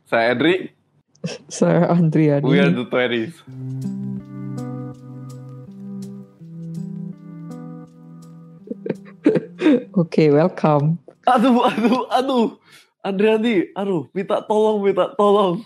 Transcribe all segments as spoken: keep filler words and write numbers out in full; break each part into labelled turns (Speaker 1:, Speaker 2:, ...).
Speaker 1: Saya Edri.
Speaker 2: Saya Andriani.
Speaker 1: We are the twenties.
Speaker 2: Oke, okay, welcome.
Speaker 1: Aduh, aduh, aduh. Andriani, aduh, minta tolong, minta tolong.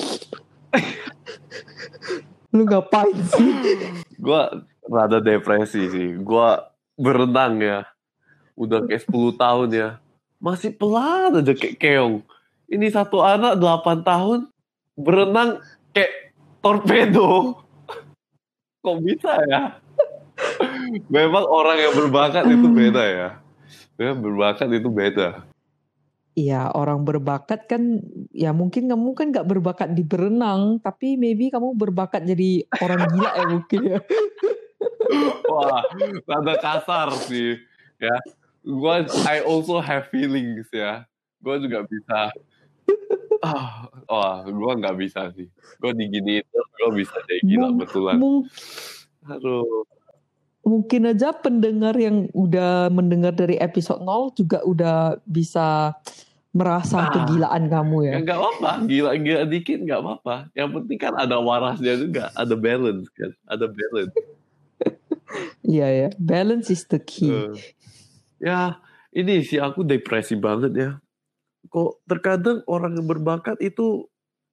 Speaker 2: Lu ngapain sih?
Speaker 1: Gua rada depresi sih. Gua berenang ya. Udah kayak sepuluh tahun ya. Masih pelan aja kayak keong. Ini satu anak delapan tahun berenang kayak torpedo. Kok bisa ya? Memang orang yang berbakat itu beda ya. Memang berbakat itu beda.
Speaker 2: Iya, orang berbakat kan, ya mungkin kamu kan gak berbakat di berenang, tapi maybe kamu berbakat jadi orang gila ya mungkin ya.
Speaker 1: Wah, rada kasar sih. Ya, gua I also have feelings ya. Gua juga bisa. Ah, wah, gua nggak bisa sih. Gua diginiin terus gua bisa jadi gila
Speaker 2: Mung-
Speaker 1: betulan.
Speaker 2: mung-
Speaker 1: Aduh.
Speaker 2: Mungkin aja pendengar yang udah mendengar dari episode nol juga udah bisa merasa
Speaker 1: Ah,
Speaker 2: kegilaan kamu ya.
Speaker 1: Ya nggak apa-apa, gila-gila dikit nggak apa-apa. Yang penting kan ada warasnya juga, ada balance kan, ada balance.
Speaker 2: Iya ya, balance is the key.
Speaker 1: Uh, ya, ini sih aku depresi banget ya. Kok terkadang orang yang berbakat itu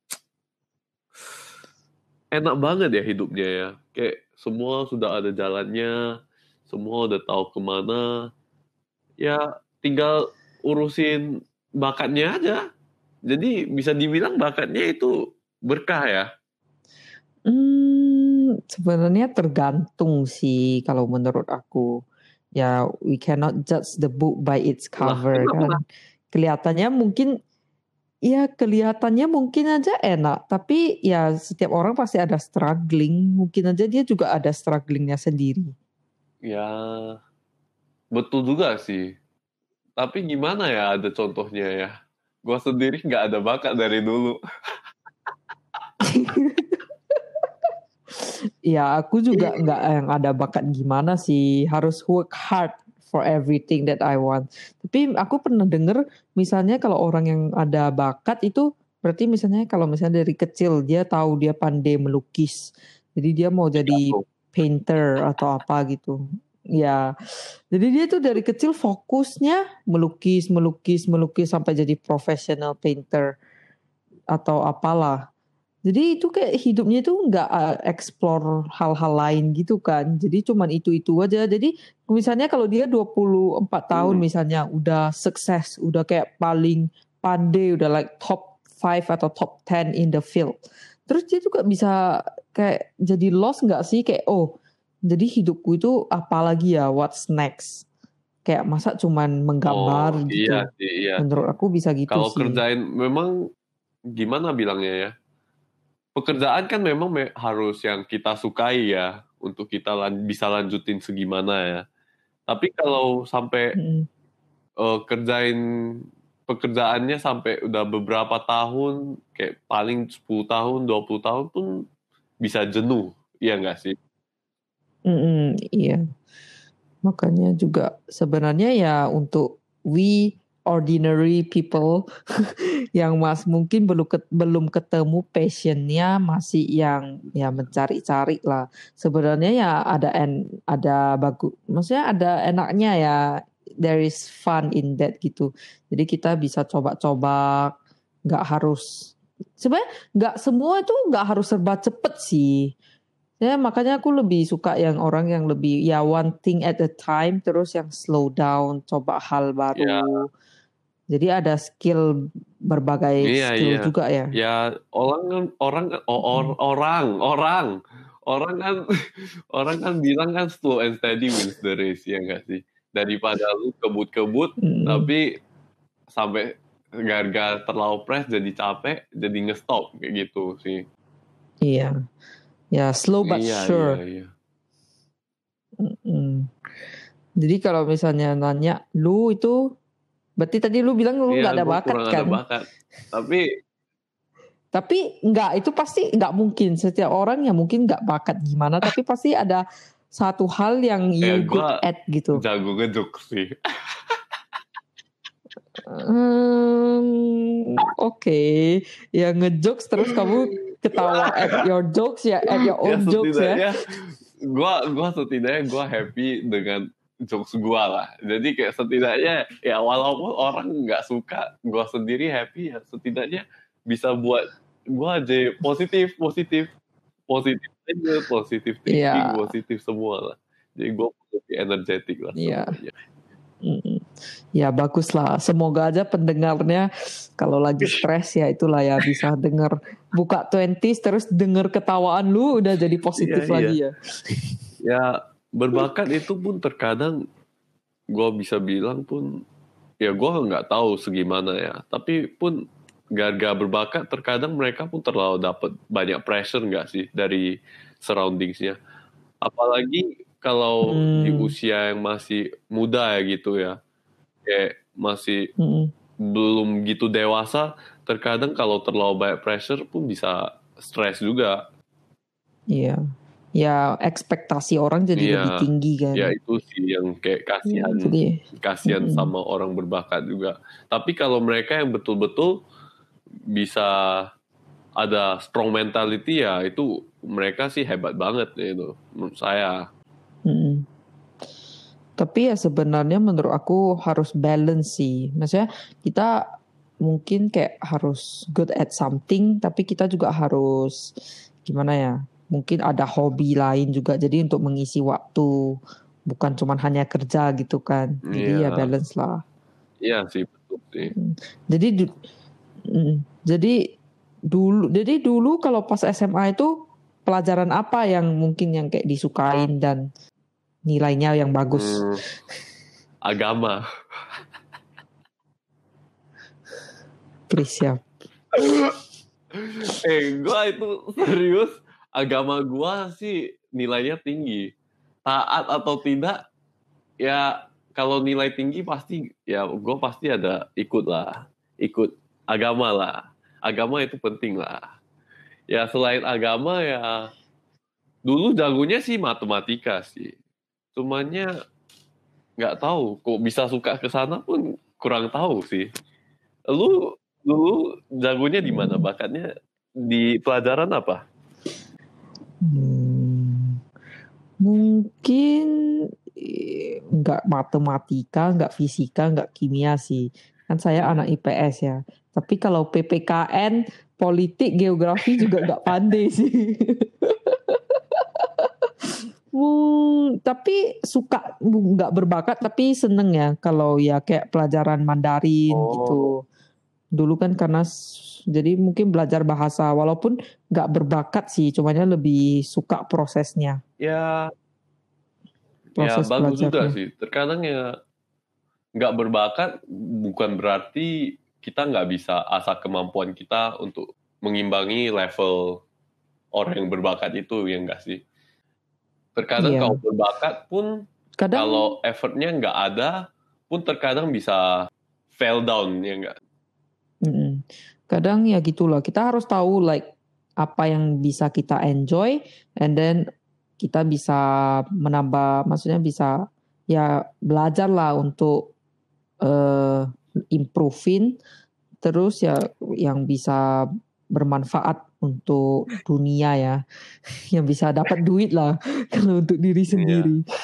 Speaker 1: enak banget ya hidupnya ya. Kayak semua sudah ada jalannya, semua udah tahu kemana. Ya tinggal urusin bakatnya aja. Jadi bisa dibilang bakatnya itu berkah ya.
Speaker 2: Hmm, sebenarnya tergantung sih kalau menurut aku. Ya, we cannot judge the book by its cover
Speaker 1: Lah,
Speaker 2: kan. Kelihatannya mungkin, ya kelihatannya mungkin aja enak, tapi ya setiap orang pasti ada struggling. Mungkin aja dia juga ada strugglingnya sendiri.
Speaker 1: Ya, betul juga sih. Tapi gimana ya ada contohnya ya? Gue sendiri nggak ada bakat dari dulu.
Speaker 2: Ya, aku juga nggak yang ada bakat gimana sih. Harus work hard for everything that I want. Tapi aku pernah denger, misalnya kalau orang yang ada bakat itu, berarti misalnya kalau misalnya dari kecil dia tahu dia pandai melukis. Jadi dia mau jadi painter atau apa gitu. Ya, jadi dia tuh dari kecil fokusnya melukis, melukis, melukis sampai jadi professional painter atau apalah. Jadi itu kayak hidupnya itu nggak uh, explore hal-hal lain gitu kan. Jadi cuman itu-itu aja. Jadi misalnya kalau dia dua puluh empat tahun
Speaker 1: Hmm.
Speaker 2: misalnya udah sukses, udah kayak paling pandai, udah like top five atau top ten in the field. Terus dia juga bisa kayak jadi lost nggak sih? Kayak oh, jadi hidupku itu apa lagi ya? What's next? Kayak masa cuman menggambar
Speaker 1: Oh,
Speaker 2: gitu.
Speaker 1: iya sih, iya.
Speaker 2: Menurut aku bisa gitu
Speaker 1: Kalau
Speaker 2: sih.
Speaker 1: kerjain memang gimana bilangnya ya? Pekerjaan kan memang me- harus yang kita sukai ya untuk kita lan- bisa lanjutin segimana ya. Tapi kalau sampai
Speaker 2: Mm-mm.
Speaker 1: uh, kerjain pekerjaannya sampai udah beberapa tahun, kayak paling sepuluh tahun, dua puluh tahun pun bisa jenuh. Iya nggak sih?
Speaker 2: Mm-mm, iya. Makanya juga sebenarnya ya untuk we ordinary people yang mas mungkin belum ket, belum ketemu passionnya, masih yang ya mencari-cari lah. Sebenarnya ya ada en, ada bagus, maksudnya ada enaknya ya. There is fun in that gitu. Jadi kita bisa coba-coba, nggak harus sebenarnya nggak semua itu nggak harus serba cepet sih. Ya makanya aku lebih suka yang orang yang lebih ya one thing at a time, terus yang slow down, coba hal baru.
Speaker 1: Ya,
Speaker 2: Jadi ada skill, berbagai
Speaker 1: iya
Speaker 2: skill
Speaker 1: iya.
Speaker 2: juga ya.
Speaker 1: Ya orang kan orang kan oh, or- orang orang orang kan orang kan bilang kan slow and steady wins the race ya nggak sih? Daripada lu kebut-kebut
Speaker 2: Mm-mm.
Speaker 1: tapi sampai gara-gara terlalu press jadi capek jadi ngestop kayak gitu sih.
Speaker 2: Iya, ya slow but
Speaker 1: Iya
Speaker 2: sure.
Speaker 1: iya iya.
Speaker 2: Mm-mm. Jadi kalau misalnya nanya lu itu, berarti tadi lu bilang lu
Speaker 1: Iya,
Speaker 2: nggak ada
Speaker 1: gue
Speaker 2: bakat
Speaker 1: kurang
Speaker 2: kan?
Speaker 1: ada bakat. Tapi
Speaker 2: Tapi nggak, itu pasti nggak mungkin. Setiap orang yang mungkin nggak bakat gimana, tapi pasti ada satu hal yang
Speaker 1: ya
Speaker 2: you
Speaker 1: gue
Speaker 2: good at gitu.
Speaker 1: jago ngejok sih.
Speaker 2: Hmm, oke. Ya ngejokes terus kamu ketawa at your jokes ya, at your
Speaker 1: Ya
Speaker 2: own jokes ya.
Speaker 1: setidaknya gua gua setidaknya gua happy dengan jokes gua lah. Jadi kayak setidaknya ya walaupun orang nggak suka, gua sendiri happy ya setidaknya bisa buat gua aja positif positif positif aja, positif thinking,
Speaker 2: Iya,
Speaker 1: positif semua lah. Jadi gua lebih energetik lah
Speaker 2: iya.
Speaker 1: semuanya.
Speaker 2: Mm-mm. Ya bagus lah. Semoga aja pendengarnya kalau lagi stres ya itulah ya bisa denger buka twenties terus denger ketawaan lu udah jadi
Speaker 1: Iya
Speaker 2: positif
Speaker 1: iya.
Speaker 2: lagi ya.
Speaker 1: Ya berbakat itu pun terkadang gua bisa bilang pun ya gua nggak tahu segimana ya. Tapi pun gara-gara berbakat terkadang mereka pun terlalu dapat banyak pressure nggak sih dari surroundingsnya. Apalagi kalau di
Speaker 2: Hmm.
Speaker 1: usia yang masih muda ya gitu ya. Kayak masih
Speaker 2: Mm-mm.
Speaker 1: belum gitu dewasa, terkadang kalau terlalu banyak pressure pun bisa stres juga.
Speaker 2: Iya. Ya ekspektasi orang jadi
Speaker 1: Iya,
Speaker 2: lebih tinggi kan.
Speaker 1: ya itu sih yang kayak
Speaker 2: Iya,
Speaker 1: kasihan,
Speaker 2: jadi
Speaker 1: kasihan
Speaker 2: mm-mm.
Speaker 1: sama orang berbakat juga. Tapi kalau mereka yang betul-betul bisa ada strong mentality ya itu mereka sih hebat banget itu menurut saya.
Speaker 2: Mm-mm. Tapi ya sebenarnya menurut aku harus balance sih. Maksudnya kita mungkin kayak harus good at something, tapi kita juga harus gimana ya? Mungkin ada hobi lain juga. Jadi untuk mengisi waktu, bukan cuma hanya kerja gitu kan. Jadi ya
Speaker 1: Iya,
Speaker 2: balance lah.
Speaker 1: iya sih betul sih.
Speaker 2: Mm. Jadi du- mm, jadi dulu, jadi dulu kalau pas S M A itu pelajaran apa yang mungkin yang kayak disukain dan nilainya yang bagus?
Speaker 1: Hmm, agama.
Speaker 2: Please ya.
Speaker 1: eh, gua itu serius agama gua sih nilainya tinggi. Taat atau tidak, ya kalau nilai tinggi pasti ya gue pasti ada ikut lah, ikut agama lah. Agama itu penting lah. Ya selain agama ya dulu jagonya sih matematika sih. Cumanya nggak tahu kok bisa suka ke sana pun kurang tahu sih. Lu dulu jagonya di mana? Bakatnya di pelajaran apa?
Speaker 2: Hmm, mungkin eh, nggak matematika, nggak fisika, nggak kimia sih. Kan saya anak I P S ya. Tapi kalau P P K N, politik, geografi juga nggak pandai sih. Hmm, tapi suka nggak berbakat tapi seneng ya kalau ya kayak pelajaran Mandarin
Speaker 1: Oh,
Speaker 2: gitu. Dulu kan karena s- jadi mungkin belajar bahasa walaupun nggak berbakat sih, cumanya lebih suka prosesnya,
Speaker 1: ya, ya
Speaker 2: proses
Speaker 1: bagus juga
Speaker 2: belajarnya.
Speaker 1: sih. Terkadang ya nggak berbakat bukan berarti kita nggak bisa asah kemampuan kita untuk mengimbangi level orang yang berbakat itu ya nggak sih. Terkadang kalau
Speaker 2: Iya,
Speaker 1: berbakat pun
Speaker 2: kadang
Speaker 1: kalau effortnya nggak ada pun terkadang bisa fail down ya nggak.
Speaker 2: mm-mm. Kadang ya gitulah. Kita harus tahu like apa yang bisa kita enjoy, and then kita bisa menambah, maksudnya bisa ya belajar lah untuk eh, improving, terus ya yang bisa bermanfaat untuk dunia ya, yang bisa dapat duit lah kalau untuk diri
Speaker 1: Iya,
Speaker 2: sendiri.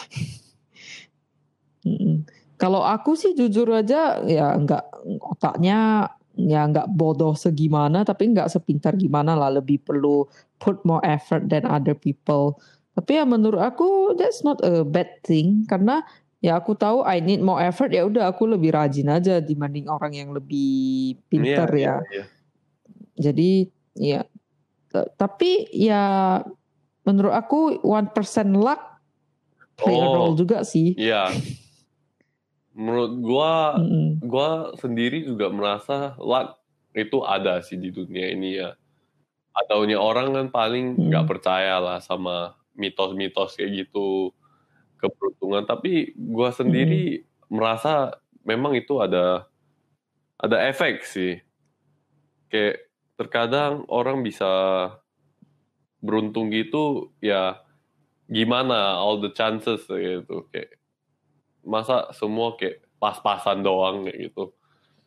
Speaker 2: Mm-mm. Kalau aku sih jujur aja ya nggak, otaknya ya nggak bodoh segimana tapi nggak sepintar gimana lah, lebih perlu put more effort than other people. Tapi ya menurut aku that's not a bad thing karena ya aku tahu I need more effort, ya udah aku lebih rajin aja dibanding orang yang lebih
Speaker 1: iya,
Speaker 2: pinter
Speaker 1: iya,
Speaker 2: ya.
Speaker 1: iya.
Speaker 2: Jadi ya t- tapi ya menurut aku one percent luck play a role
Speaker 1: Oh,
Speaker 2: juga sih.
Speaker 1: iya. Menurut gua,
Speaker 2: Mm-mm.
Speaker 1: gua sendiri juga merasa luck itu ada sih di dunia ini ya. Ataunya orang kan paling nggak
Speaker 2: Mm-mm.
Speaker 1: percaya lah sama mitos-mitos kayak gitu, keberuntungan. Tapi gua
Speaker 2: Mm-mm.
Speaker 1: sendiri merasa memang itu ada ada efek sih. Kayak terkadang orang bisa beruntung gitu ya gimana all the chances gitu kayak masa semua kayak pas-pasan doang kayak gitu.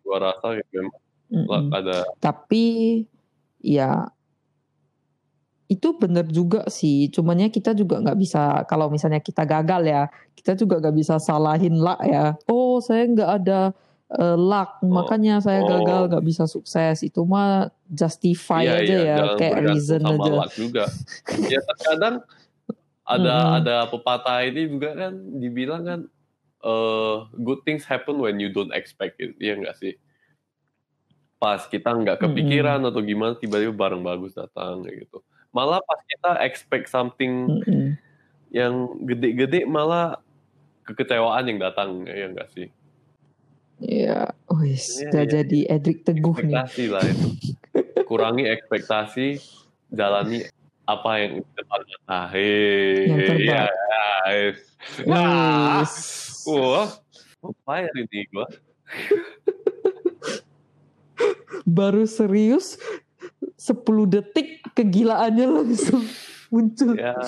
Speaker 1: Gua rasa ya memang la
Speaker 2: Mhm.
Speaker 1: ada
Speaker 2: Tapi ya itu bener juga sih, cuman ya kita juga nggak bisa kalau misalnya kita gagal ya, kita juga nggak bisa salahin luck ya, "Oh saya nggak ada, eee, luck
Speaker 1: Oh
Speaker 2: makanya saya gagal
Speaker 1: oh.
Speaker 2: nggak bisa sukses." Itu mah
Speaker 1: Iya
Speaker 2: justify aja
Speaker 1: iya,
Speaker 2: ya,
Speaker 1: jangan
Speaker 2: kayak
Speaker 1: bergantung
Speaker 2: reason
Speaker 1: sama
Speaker 2: aja.
Speaker 1: luck juga. Ya terkadang ada
Speaker 2: Mhm.
Speaker 1: ada pepatah ini juga kan dibilang kan, eee, good things happen when you don't expect it, iya nggak sih? Pas kita nggak
Speaker 2: Mhm.
Speaker 1: kepikiran atau gimana tiba-tiba barang bagus datang, kayak gitu. Malah pas kita expect something
Speaker 2: Mhm.
Speaker 1: yang gede-gede malah kekecewaan yang datang, iya nggak sih?
Speaker 2: Iya, wis
Speaker 1: Iya
Speaker 2: udah
Speaker 1: iya
Speaker 2: jadi
Speaker 1: iya.
Speaker 2: Edric Teguh nih.
Speaker 1: Ekspektasi lah itu. Kurangi ekspektasi, jalani apa yang di depan mata,
Speaker 2: Yang
Speaker 1: hei, iya,
Speaker 2: terbaik.
Speaker 1: es ah,
Speaker 2: Wis.
Speaker 1: wah, on fire ini gua.
Speaker 2: Baru serius sepuluh detik kegilaannya langsung muncul.
Speaker 1: Ya.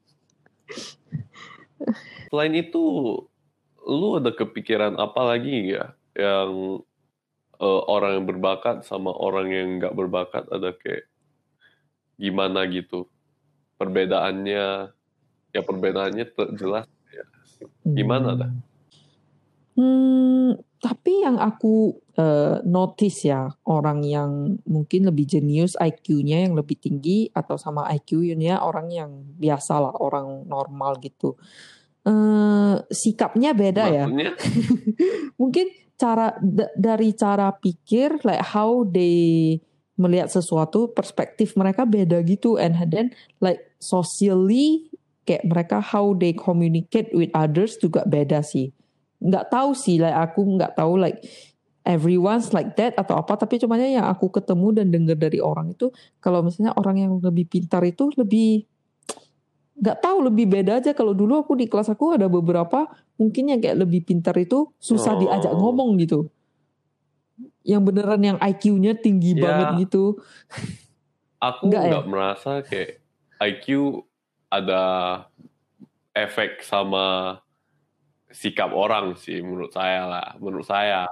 Speaker 1: Selain itu, lu ada kepikiran apa lagi nggak yang, eee, orang yang berbakat sama orang yang nggak berbakat ada kayak gimana gitu perbedaannya, ya perbedaannya te jelas ya, gimana dah?
Speaker 2: Mmm. Mmm, tapi yang aku, eee, notice ya, orang yang mungkin lebih jenius I Q-nya yang lebih tinggi atau sama I Q-nya orang yang biasalah, orang normal gitu. Eee, sikapnya beda ya.
Speaker 1: Maksudnya?
Speaker 2: Mungkin cara da dari cara pikir like how they melihat sesuatu, perspektif mereka beda gitu and then like socially kayak mereka how they communicate with others juga beda sih. Nggak tahu sih, like aku nggak tahu like everyone's like that atau apa, tapi cumannya yang aku ketemu dan dengar dari orang itu, kalau misalnya orang yang lebih pintar itu lebih nggak tahu lebih beda aja. Kalau dulu aku di kelas aku ada beberapa mungkin yang kayak lebih pintar itu susah diajak
Speaker 1: Oh.
Speaker 2: ngomong gitu. Yang beneran yang I Q-nya tinggi banget
Speaker 1: Ya
Speaker 2: gitu. Enggak
Speaker 1: aku
Speaker 2: ya?
Speaker 1: nggak merasa kayak I Q ada efek sama sikap orang sih menurut saya lah, menurut saya.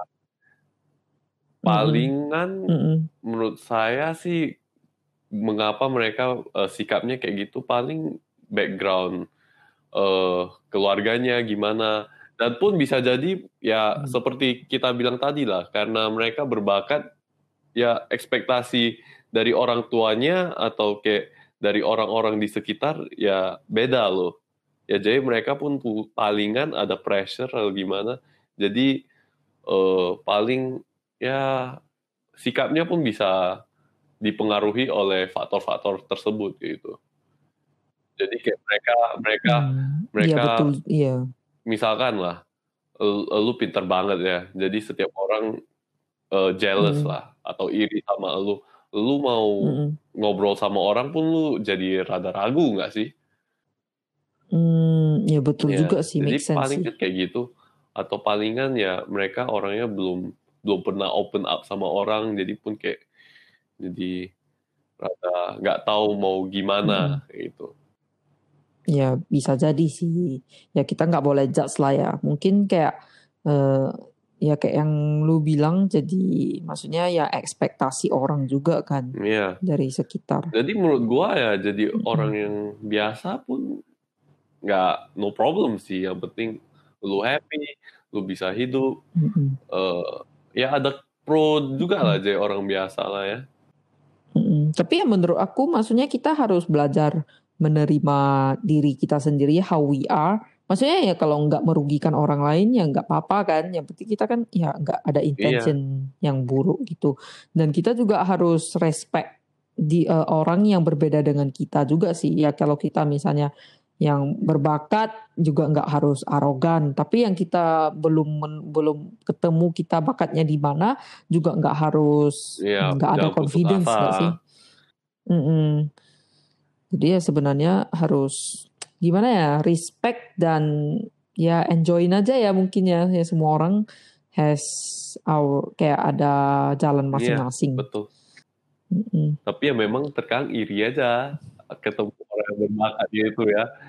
Speaker 2: Mhm.
Speaker 1: Palingan
Speaker 2: Mhm.
Speaker 1: menurut saya sih mengapa mereka, eee, sikapnya kayak gitu paling background, eee, keluarganya gimana, dan pun bisa jadi ya
Speaker 2: Mmm.
Speaker 1: seperti kita bilang tadi lah, karena mereka berbakat, ya ekspektasi dari orang tuanya atau kayak dari orang-orang di sekitar ya beda loh. Ya jadi mereka pun pu palingan ada pressure atau gimana, jadi, eee, paling ya sikapnya pun bisa dipengaruhi oleh faktor-faktor tersebut gitu. Jadi kayak mereka mereka
Speaker 2: Mmm, iya
Speaker 1: mereka
Speaker 2: betul, iya.
Speaker 1: misalkan lah, el elu pintar banget ya, jadi setiap orang, eee, jealous
Speaker 2: Mhm.
Speaker 1: lah atau iri sama elu. Elu mau
Speaker 2: Mhm.
Speaker 1: ngobrol sama orang pun lu jadi rada ragu nggak sih?
Speaker 2: Mmm, ya betul juga
Speaker 1: Iya,
Speaker 2: sih,
Speaker 1: jadi
Speaker 2: make sense
Speaker 1: paling
Speaker 2: sih.
Speaker 1: kan kayak gitu, atau palingan ya mereka orangnya belum belum pernah open up sama orang, jadi pun kayak jadi rada nggak tahu mau
Speaker 2: Mhm.
Speaker 1: gimana, kayak gitu.
Speaker 2: Ya bisa jadi sih, ya kita nggak boleh judge lah ya. Mungkin kayak, eee, ya kayak yang lu bilang jadi maksudnya ya ekspektasi orang juga kan
Speaker 1: Iya.
Speaker 2: dari sekitar.
Speaker 1: Jadi menurut gua ya jadi orang
Speaker 2: Mhm.
Speaker 1: yang biasa pun nggak no problem sih, yang penting lu happy, lu bisa hidup,
Speaker 2: Mhm.
Speaker 1: eee, ya ada pro juga lah
Speaker 2: Mhm.
Speaker 1: jadi orang biasa lah ya.
Speaker 2: Mhm, tapi ya menurut aku maksudnya kita harus belajar menerima diri kita sendiri how we are, maksudnya ya kalau nggak merugikan orang lain ya nggak apa-apa kan, yang penting kita kan ya nggak ada
Speaker 1: Iya.
Speaker 2: intention yang buruk gitu. Dan kita juga harus respect di eee, orang yang berbeda dengan kita juga sih. Ya kalau kita misalnya yang berbakat juga nggak harus arogan, tapi yang kita belum men belum ketemu kita bakatnya di mana, juga nggak harus
Speaker 1: Iya,
Speaker 2: nggak ada
Speaker 1: jangan putus asa.
Speaker 2: confidence nggak sih? Mhm. Jadi ya sebenarnya harus gimana ya, respect dan ya enjoy-in aja ya mungkin ya, ya semua orang has our kayak ada jalan
Speaker 1: Iya,
Speaker 2: masing-masing.
Speaker 1: betul.
Speaker 2: Mhm.
Speaker 1: Tapi ya memang terkadang iri aja ketemu orang yang berbakat gitu ya.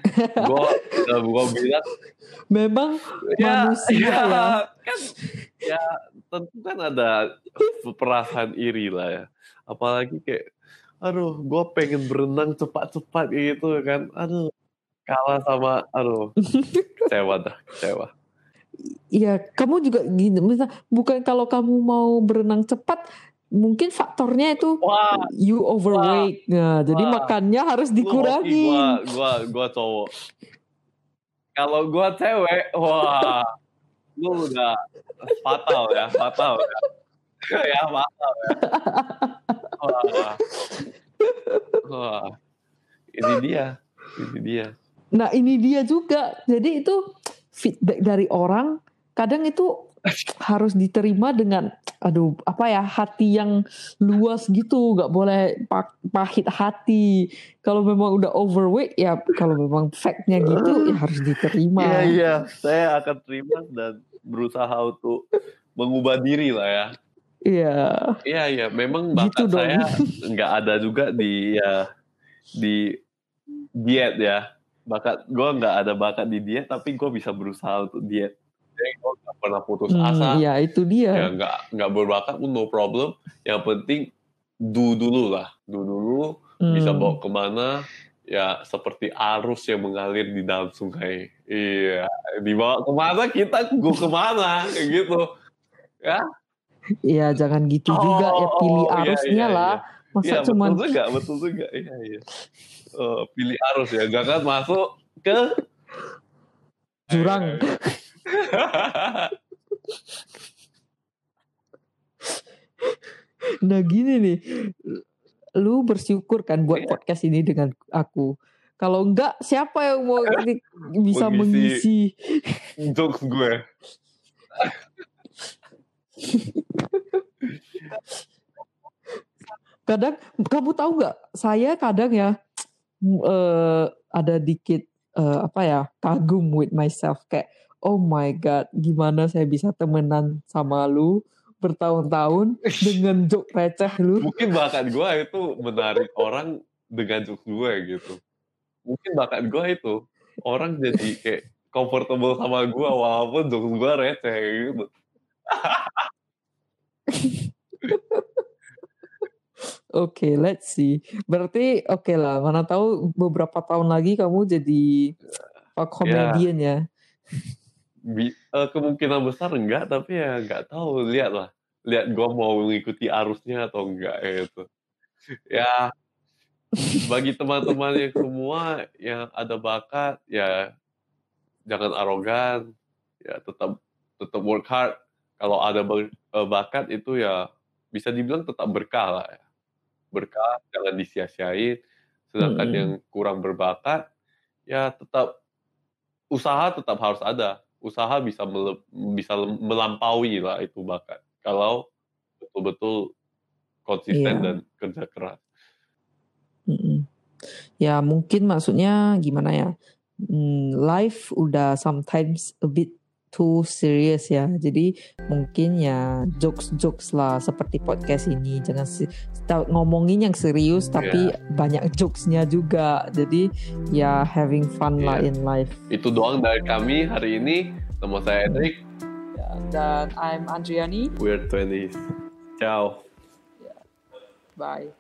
Speaker 1: Gue gue bilang
Speaker 2: Memang
Speaker 1: ya,
Speaker 2: manusia
Speaker 1: ya,
Speaker 2: ya.
Speaker 1: kan ya tentu kan ada perasaan iri lah ya. Apalagi kayak, aduh, gue pengen berenang cepat-cepat gitu kan. Aduh, kalah sama, aduh, kecewa dah, kecewa.
Speaker 2: Iya, kamu juga gini, misal bukan kalau kamu mau berenang cepat, mungkin faktornya itu
Speaker 1: Wah,
Speaker 2: you overweight. Nah, jadi
Speaker 1: wah.
Speaker 2: makannya harus
Speaker 1: Lu hoki,
Speaker 2: dikurangin.
Speaker 1: gua, gua, gua cowok. Kalau gua cewek, wah, lu udah fatal ya, fatal ya. Ya, fatal ya. Wah. Wah. Ini dia, ini dia.
Speaker 2: Nah, ini dia juga. Jadi itu feedback dari orang, kadang itu harus diterima dengan, aduh, apa ya, hati yang luas gitu, nggak boleh pahit hati. Kalau memang udah overweight, ya kalau memang fact-nya gitu, ya harus diterima.
Speaker 1: Iya, iya, saya akan terima dan berusaha untuk mengubah diri lah ya.
Speaker 2: Iya.
Speaker 1: Iya, iya, memang bakat
Speaker 2: gitu
Speaker 1: saya nggak ada juga di ya di diet ya. Bakat gue nggak ada bakat di diet, tapi gue bisa berusaha untuk diet. Jadi gue nggak pernah putus asa.
Speaker 2: Hmm, ya itu dia.
Speaker 1: Ya nggak nggak berbakat pun no problem. Yang penting do dulu lah, do dulu hmm. bisa bawa kemana. Ya seperti arus yang mengalir di dalam sungai. Iya, dibawa kemana kita gue kemana kayak gitu. Ya.
Speaker 2: Iya, jangan gitu oh, juga ya, pilih arusnya iya, iya, lah.
Speaker 1: Iya.
Speaker 2: Masa
Speaker 1: ya,
Speaker 2: cuman
Speaker 1: betul juga, betul juga. Iya, iya. Oh, pilih arus ya, jangan masuk ke
Speaker 2: jurang. Nah gini nih, lu bersyukur kan buat yeah. podcast ini dengan aku. Kalau enggak, siapa yang mau bisa mengisi,
Speaker 1: mengisi jokes gue?
Speaker 2: Kadang kamu tahu nggak, saya kadang ya uh, ada dikit uh, apa ya, kagum with myself, kayak oh my god, gimana saya bisa temenan sama lu bertahun-tahun dengan joke receh lu.
Speaker 1: Mungkin bakat gue itu menarik orang dengan joke gue gitu. Mungkin bakat gue itu orang jadi kayak comfortable sama gue walaupun joke gue receh gitu.
Speaker 2: Oke, okay, let's see. Berarti oke okay lah, mana tahu beberapa tahun lagi kamu jadi komedian ya.
Speaker 1: ya. Uh, kemungkinan besar enggak, tapi ya enggak tahu, lihat lah. Lihat gue mau mengikuti arusnya atau enggak gitu. Ya, bagi teman-teman yang semua yang ada bakat, ya jangan arogan, ya tetap tetap work hard. Kalau ada bakat itu ya bisa dibilang tetap berkah lah ya. Berkah, jangan disia-siain. Sedangkan hmm. yang kurang berbakat, ya tetap usaha tetap harus ada. Usaha bisa mele, bisa melampaui lah itu bakat. Kalau betul-betul konsisten yeah. dan kerja keras.
Speaker 2: Hmm. Ya mungkin maksudnya gimana ya? Hmm, life udah sometimes a bit too serious ya. Jadi mungkin ya jokes-jokes lah seperti podcast ini. Jangan si, ngomongin yang serius tapi yeah. banyak jokesnya juga. Jadi ya having fun yeah. lah in life.
Speaker 1: Itu doang dari kami hari ini. Nama saya Edric.
Speaker 2: Ya, dan I'm Andriani.
Speaker 1: We're twenties. Ciao.
Speaker 2: Yeah. Bye.